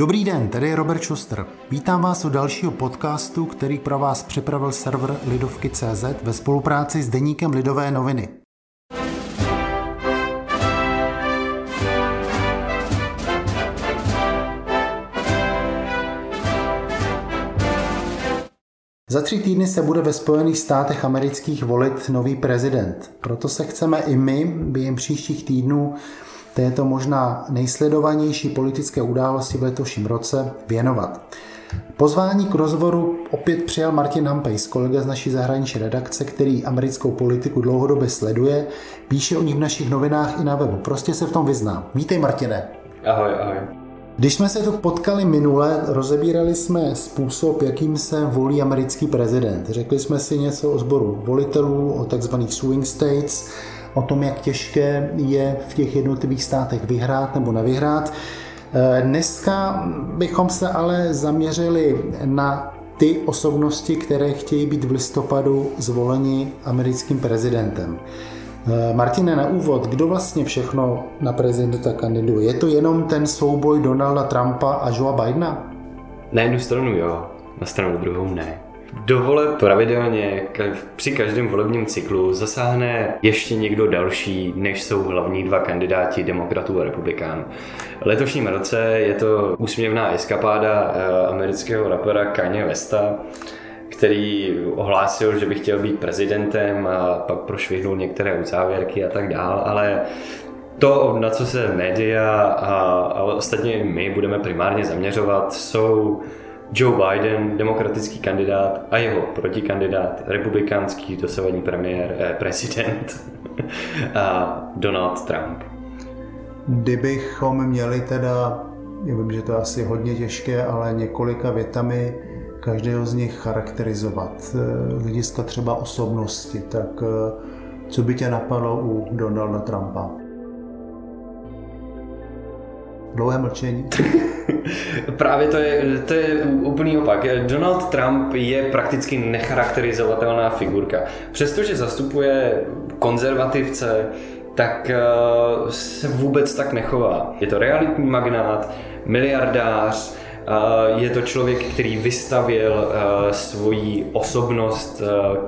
Dobrý den, tady je Robert Schuster. Vítám vás u dalšího podcastu, který pro vás připravil server Lidovky.cz ve spolupráci s deníkem Lidové noviny. Za 3 týdny se bude ve Spojených státech amerických volit nový prezident. Proto se chceme i my během příštích týdnů této možná nejsledovanější politické události v letošním roce věnovat. Pozvání k rozhovoru opět přijal Martin Hampejs, kolega z naší zahraniční redakce, který americkou politiku dlouhodobě sleduje, píše o ní v našich novinách i na webu. Prostě se v tom vyzná. Vítej, Martine. Ahoj, ahoj. Když jsme se tu potkali minule, rozebírali jsme způsob, jakým se volí americký prezident. Řekli jsme si něco o sboru volitelů, o takzvaných swing states, o tom, jak těžké je v těch jednotlivých státech vyhrát nebo nevyhrát. Dneska bychom se ale zaměřili na ty osobnosti, které chtějí být v listopadu zvoleni americkým prezidentem. Martine, na úvod, kdo vlastně všechno na prezidenta kandiduje? Je to jenom ten souboj Donalda Trumpa a Joea Bidena? Na jednu stranu jo, na stranu druhou ne. Do voleb pravidelně při každém volebním cyklu zasáhne ještě někdo další, než jsou hlavní dva kandidáti demokratů a republikánů. V letošním roce je to úsměvná eskapáda amerického rapera Kanye Westa, který ohlásil, že by chtěl být prezidentem a pak prošvihnul některé uzávěrky a tak dál, ale to, na co se média a ostatně my budeme primárně zaměřovat, jsou Joe Biden, demokratický kandidát, a jeho protikandidát, republikánský dosavadní prezident Donald Trump. Kdybychom měli teda, já vím, že to je asi hodně těžké, ale několika větami každého z nich charakterizovat, z hlediska třeba osobnosti, tak co by tě napadlo u Donalda Trumpa? Dlouhé mlčení. Právě to je úplný opak. Donald Trump je prakticky necharakterizovatelná figurka. Přestože zastupuje konzervativce, tak se vůbec tak nechová. Je to realitní magnát, miliardář, je to člověk, který vystavěl svoji osobnost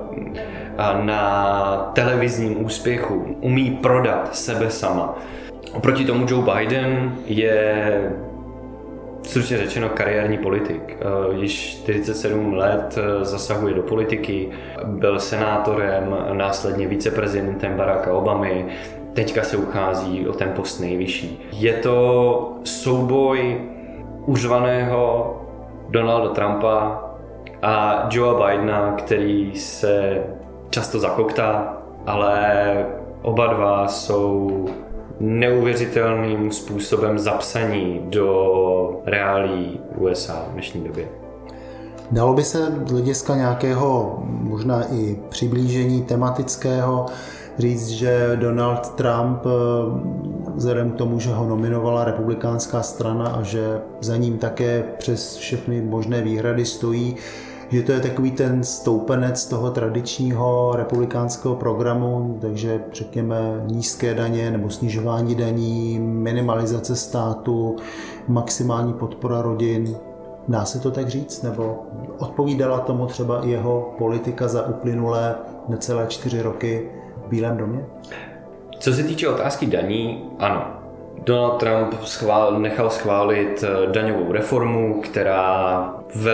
na televizním úspěchu, umí prodat sebe sama. Oproti tomu Joe Biden je, stručně řečeno, kariérní politik. Již 47 let zasahuje do politiky, byl senátorem, následně viceprezidentem Baracka Obamy, teďka se uchází o ten post nejvyšší. Je to souboj uřvaného Donalda Trumpa a Joea Bidena, který se často zakoktá, ale oba dva jsou neuvěřitelným způsobem zapsaní do reálí USA v dnešní době. Dalo by se z hlediska nějakého možná i přiblížení tematického říct, že Donald Trump, vzhledem k tomu, že ho nominovala republikánská strana a že za ním také přes všechny možné výhrady stojí, že to je takový ten stoupenec toho tradičního republikánského programu, takže řekněme nízké daně nebo snižování daní, minimalizace státu, maximální podpora rodin. Dá se to tak říct? Nebo odpovídala tomu třeba i jeho politika za uplynulé necelé 4 roky v Bílém domě? Co se týče otázky daní, ano. Donald Trump nechal schválit daňovou reformu, která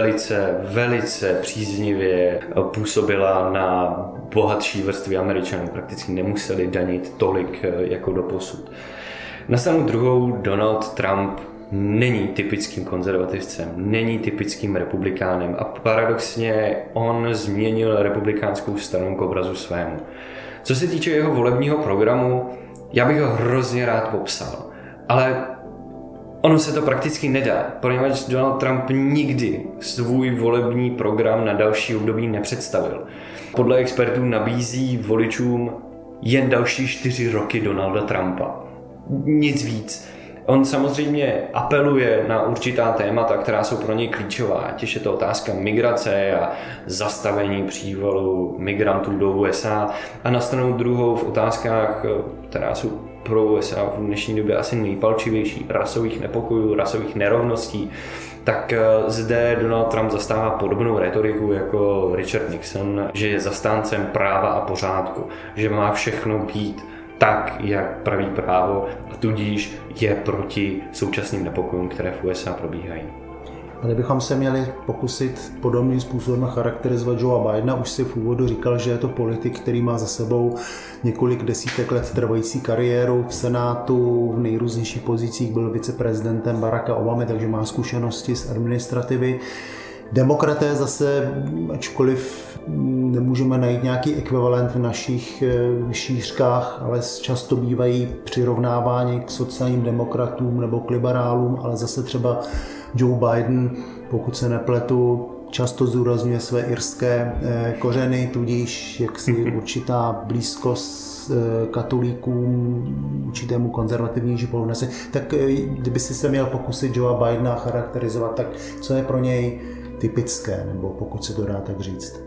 velice příznivě působila na bohatší vrstvy Američanů. Prakticky nemuseli danit tolik jako doposud. Na stranu druhou Donald Trump není typickým konzervativcem, není typickým republikánem a paradoxně on změnil republikánskou stranu k obrazu svému. Co se týče jeho volebního programu, já bych ho hrozně rád popsal, ale ono se to prakticky nedá, poněvadž Donald Trump nikdy svůj volební program na další období nepředstavil. Podle expertů nabízí voličům jen další 4 roky Donalda Trumpa. Nic víc. On samozřejmě apeluje na určitá témata, která jsou pro něj klíčová, ať je to otázka migrace a zastavení přívalu migrantů do USA, a na stranu druhou v otázkách, která jsou pro USA v dnešní době asi nejpalčivější, rasových nepokojů, rasových nerovností, tak zde Donald Trump zastává podobnou retoriku jako Richard Nixon, že je zastáncem práva a pořádku, že má všechno být tak, jak praví právo, a tudíž je proti současným nepokojům, které v USA probíhají. Kdybychom se měli pokusit podobným způsobem charakterizovat Joea Bidena, už si v úvodu říkal, že je to politik, který má za sebou několik desítek let trvající kariéru v Senátu, v nejrůznějších pozicích, byl viceprezidentem Baracka Obamy, takže má zkušenosti z administrativy. Demokraté zase, ačkoliv nemůžeme najít nějaký ekvivalent v našich šířkách, ale často bývají přirovnáváni k sociálním demokratům nebo k liberálům, ale zase třeba Joe Biden, pokud se nepletu, často zdůrazňuje své irské kořeny, tudíž jaksi určitá blízkost katolíkům, určitému konzervativnější pohlednese. Tak kdyby si se měl pokusit Joea Bidena charakterizovat, tak co je pro něj typické, nebo pokud se to dá tak říct?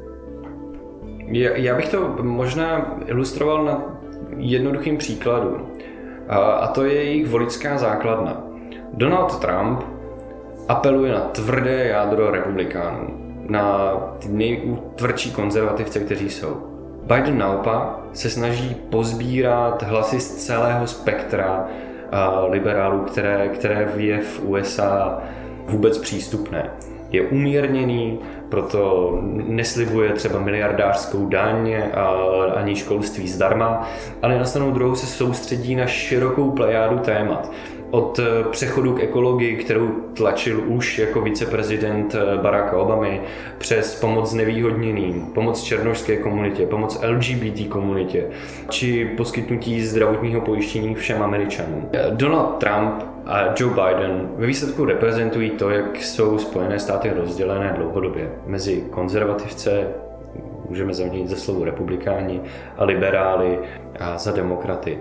Já bych to možná ilustroval na jednoduchým příkladu. A to je jejich voličská základna. Donald Trump apeluje na tvrdé jádro republikánů, na ty nejtvrdší konzervativce, kteří jsou. Biden naopak se snaží pozbírat hlasy z celého spektra liberálů, které je v USA vůbec přístupné. Je umírněný, proto neslibuje třeba miliardářskou daň ani školství zdarma, ale na stranu druhou se soustředí na širokou plejádu témat. Od přechodu k ekologii, kterou tlačil už jako viceprezident Baracka Obamy, přes pomoc znevýhodněným, pomoc černošské komunitě, pomoc LGBT komunitě, či poskytnutí zdravotního pojištění všem Američanům. Donald Trump a Joe Biden ve výsledku reprezentují to, jak jsou Spojené státy rozdělené dlouhodobě mezi konzervativce, můžeme zaměnit za slovo republikáni, a liberály a za demokraty.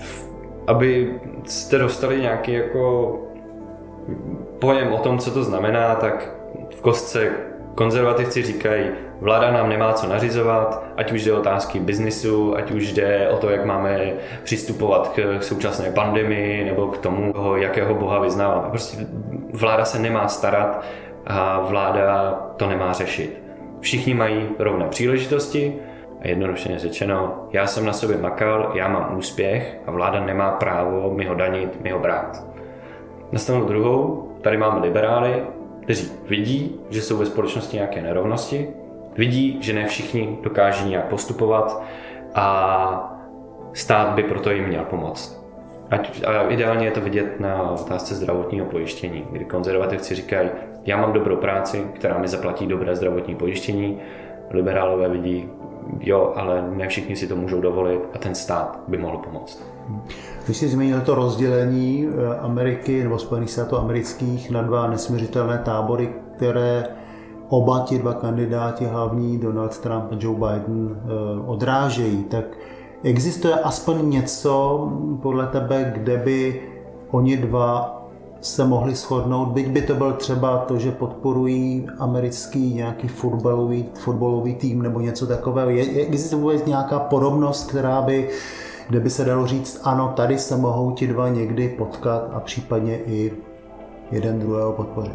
Aby jste dostali nějaký jako pojem o tom, co to znamená, tak v kostce konzervativci říkají, vláda nám nemá co nařizovat, ať už jde o otázky biznisu, ať už jde o to, jak máme přistupovat k současné pandemii nebo k tomu, jakého boha vyznáváme. Prostě vláda se nemá starat a vláda to nemá řešit. Všichni mají rovné příležitosti a jednoduše řečeno, já jsem na sobě makal, já mám úspěch a vláda nemá právo mi ho danit, mi ho brát. Na stranu druhou tady máme liberály, kteří vidí, že jsou ve společnosti nějaké nerovnosti, vidí, že ne všichni dokáží nějak postupovat a stát by proto jim měl pomoct. A ideálně je to vidět na otázce zdravotního pojištění, kdy konzervativci říkají, já mám dobrou práci, která mi zaplatí dobré zdravotní pojištění, liberálové vidí, jo, ale ne všichni si to můžou dovolit a ten stát by mohl pomoct. Když jsi zmínil to rozdělení Ameriky nebo Spojených států amerických na dva nesmiřitelné tábory, které oba ti dva kandidáti hlavní, Donald Trump a Joe Biden, odrážejí, tak existuje aspoň něco podle tebe, kde by oni dva se mohli shodnout, byť by to byl třeba to, že podporují americký nějaký fotbalový tým nebo něco takového. Existuje vůbec nějaká podobnost, kde by se dalo říct, ano, tady se mohou ti dva někdy potkat a případně i jeden druhého podpořit?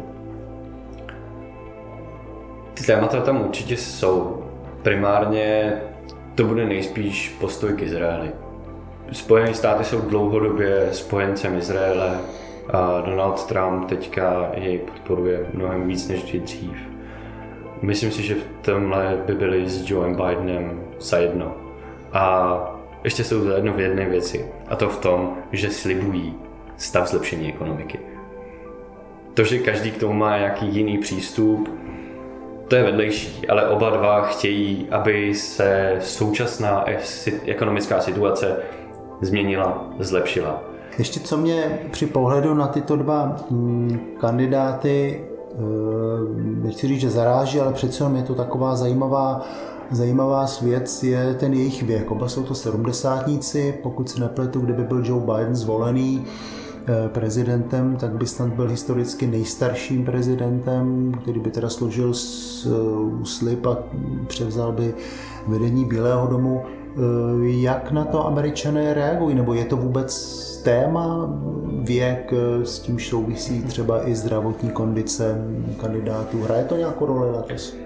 Ty témata tam určitě jsou. Primárně to bude nejspíš postoj k Izraeli. Spojené státy jsou dlouhodobě spojencem Izraele a Donald Trump teďka jej podporuje mnohem víc než dřív. Myslím si, že v tomhle by byli s Joeem Bidenem zajedno. A ještě jsou zajedno v jedné věci, a to v tom, že slibují stav zlepšení ekonomiky. To, že každý k tomu má nějaký jiný přístup, to je vedlejší, ale oba dva chtějí, aby se současná ekonomická situace změnila, zlepšila. Ještě co mě při pohledu na tyto dva kandidáty, nechci říct, že zaráží, ale přece je to taková zajímavá věc, je ten jejich věk. Oba jsou to 70-tníci, pokud se nepletu, kdyby byl Joe Biden zvolený prezidentem, tak by snad byl historicky nejstarším prezidentem, který by teda složil slib a převzal by vedení Bílého domu. Jak na to Američané reagují? Nebo je to vůbec téma, věk, s tím souvisí třeba i zdravotní kondice kandidátů? Hraje to nějakou roli letos?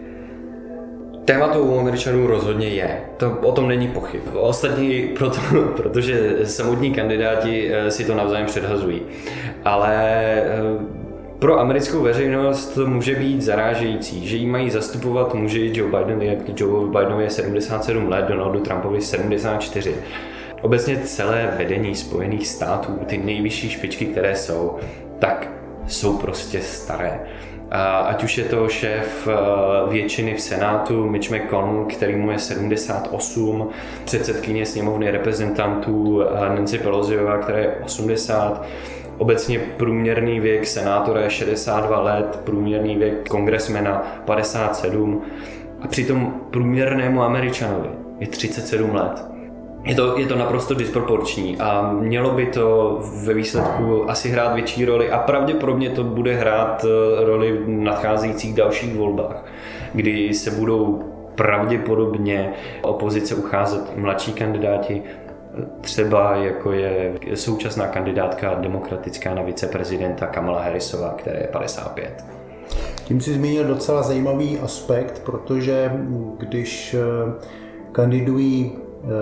Téma to u Američanů rozhodně je. O tom není pochyb. Ostatní protože samotní kandidáti si to navzájem předhazují. Ale pro americkou veřejnost to může být zarážející, že jí mají zastupovat muži Joe Bidenovi je 77 let, Donaldu Trumpovi 74. Obecně celé vedení Spojených států, ty nejvyšší špičky, které jsou, tak jsou prostě staré. Ať už je to šéf většiny v Senátu Mitch McConnell, který mu je 78, předsedkyně sněmovny reprezentantů Nancy Pelosiová, která je 80, obecně průměrný věk senátora je 62 let, průměrný věk kongresmena 57 a přitom průměrnému Američanovi je 37 let. Je to naprosto disproporční a mělo by to ve výsledku asi hrát větší roli a pravděpodobně to bude hrát roli v nadcházejících dalších volbách, kdy se budou pravděpodobně opozice ucházet mladší kandidáti, třeba jako je současná kandidátka demokratická na viceprezidenta Kamala Harrisová, která je 55. Tím si zmínil docela zajímavý aspekt, protože když kandidují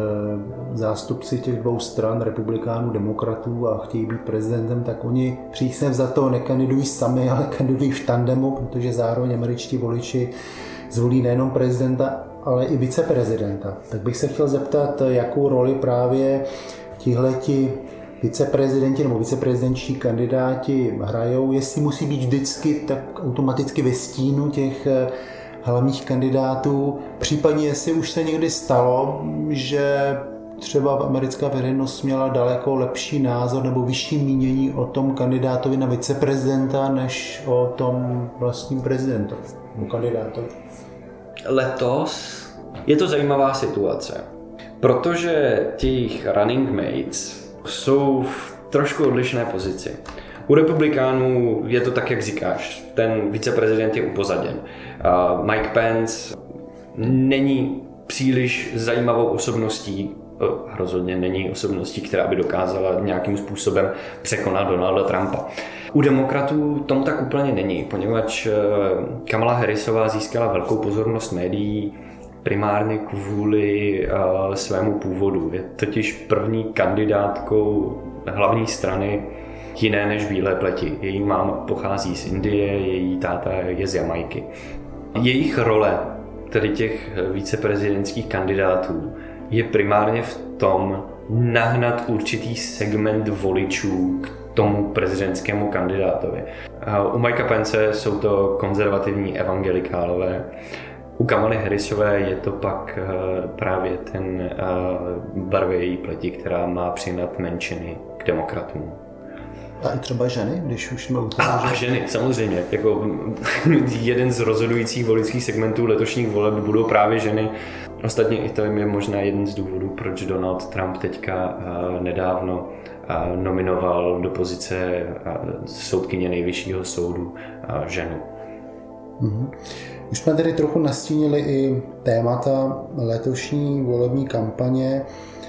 zástupci těch dvou stran, republikánů, demokratů a chtějí být prezidentem, tak oni přísně vzato nekandidují sami, ale kandidují v tandemu, protože zároveň američtí voliči zvolí nejenom prezidenta, ale i viceprezidenta. Tak bych se chtěl zeptat, jakou roli právě tihleti viceprezidenti nebo viceprezidentští kandidáti hrajou, jestli musí být vždycky tak automaticky ve stínu těch hlavních kandidátů, případně jestli už se někdy stalo, že třeba americká veřejnost měla daleko lepší názor nebo vyšší mínění o tom kandidátovi na viceprezidenta, než o tom vlastním prezidentovi nebo kandidátovi. Letos je to zajímavá situace, protože těch running mates jsou v trošku odlišné pozici. U republikánů je to tak, jak říkáš, ten viceprezident je upozaděn. Mike Pence není příliš zajímavou osobností, rozhodně není osobností, která by dokázala nějakým způsobem překonat Donalda Trumpa. U demokratů tomu tak úplně není, poněvadž Kamala Harrisová získala velkou pozornost médií primárně kvůli svému původu. Je totiž první kandidátkou hlavní strany jiné než bílé pleti. Její máma pochází z Indie, její táta je z Jamajky. Jejich role, tedy těch viceprezidentských kandidátů, je primárně v tom nahnat určitý segment voličů k tomu prezidentskému kandidátovi. U Mikea Pence jsou to konzervativní evangelikálové, u Kamaly Harrisové je to pak právě ten barvy její pleti, která má přihnat menšiny k demokratům. A i třeba ženy, když už jsme u toho. A ženy, samozřejmě. Jako jeden z rozhodujících voličských segmentů letošních voleb budou právě ženy. Ostatně i to je možná jeden z důvodů, proč Donald Trump teďka nedávno nominoval do pozice soudkyně nejvyššího soudu ženu. Mhm. Už jsme tedy trochu nastínili i témata letošní volební kampaně.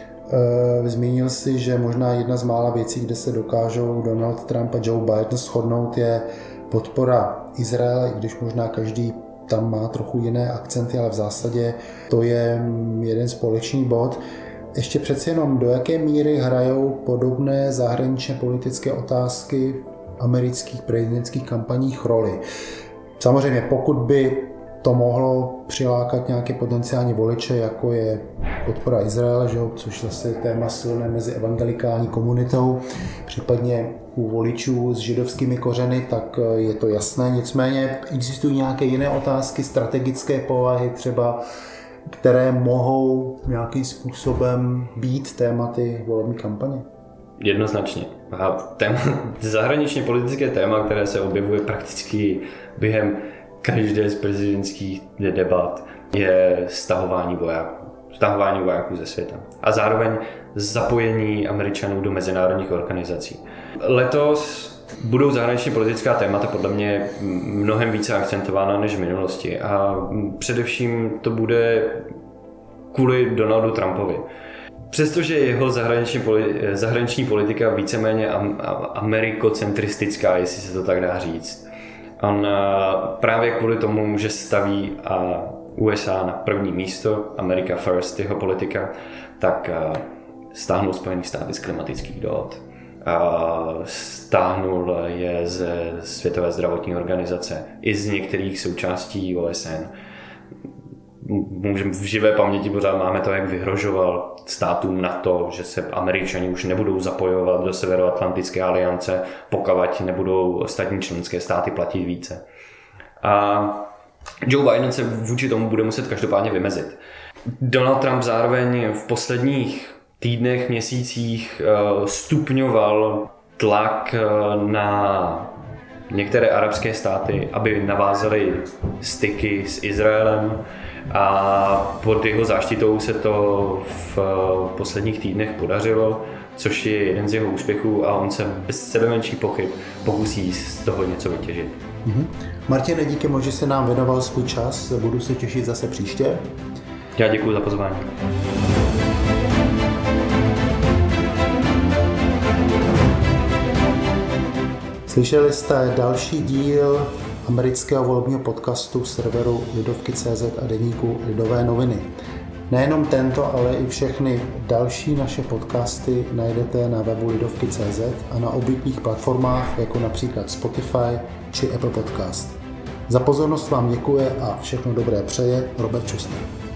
Zmínil si, že možná jedna z mála věcí, kde se dokážou Donald Trump a Joe Biden shodnout, je podpora Izraele, i když možná každý tam má trochu jiné akcenty, ale v zásadě to je jeden společný bod. Ještě přeci jenom, do jaké míry hrajou podobné zahraničně politické otázky v amerických prezidentských kampaních roli? Samozřejmě, pokud by to mohlo přilákat nějaké potenciální voliče, jako je podpora Izraele, což zase je téma silné mezi evangelikální komunitou, případně u voličů s židovskými kořeny, tak je to jasné. Nicméně existují nějaké jiné otázky strategické povahy, třeba které mohou nějakým způsobem být tématy volební kampaně? Jednoznačně. Zahraničně politické téma, které se objevuje prakticky během každé z prezidentských debat, je stahování vojáků ze světa. A zároveň zapojení Američanů do mezinárodních organizací. Letos budou zahraniční politická témata podle mě mnohem více akcentována než v minulosti. A především to bude kvůli Donaldu Trumpovi. Přestože jeho zahraniční politika víceméně amerikocentristická, jestli se to tak dá říct, on právě kvůli tomu, že staví USA na první místo, America First, jeho politika, tak stáhnul Spojené státy z klimatických dohod. Stáhnul je ze Světové zdravotní organizace i z některých součástí OSN. V živé paměti pořád máme to, jak vyhrožoval státům NATO, že se Američani už nebudou zapojovat do Severoatlantické aliance, pokud nebudou ostatní členské státy platit více. A Joe Biden se vůči tomu bude muset každopádně vymezit. Donald Trump zároveň v posledních týdnech, měsících stupňoval tlak na některé arabské státy, aby navázaly styky s Izraelem, a pod jeho záštitou se to v posledních týdnech podařilo, což je jeden z jeho úspěchů a on se bez sebemenší pochyb pokusí z toho něco vytěžit. Martine, díky moc, že se nám věnoval svůj čas, budu se těšit zase příště. Já děkuji za pozvání. Slyšeli jste další díl amerického volebního podcastu serveru Lidovky.cz a deníku Lidové noviny. Nejenom tento, ale i všechny další naše podcasty najdete na webu Lidovky.cz a na obytných platformách, jako například Spotify či Apple Podcast. Za pozornost vám děkuje a všechno dobré přeje Robert Čustr.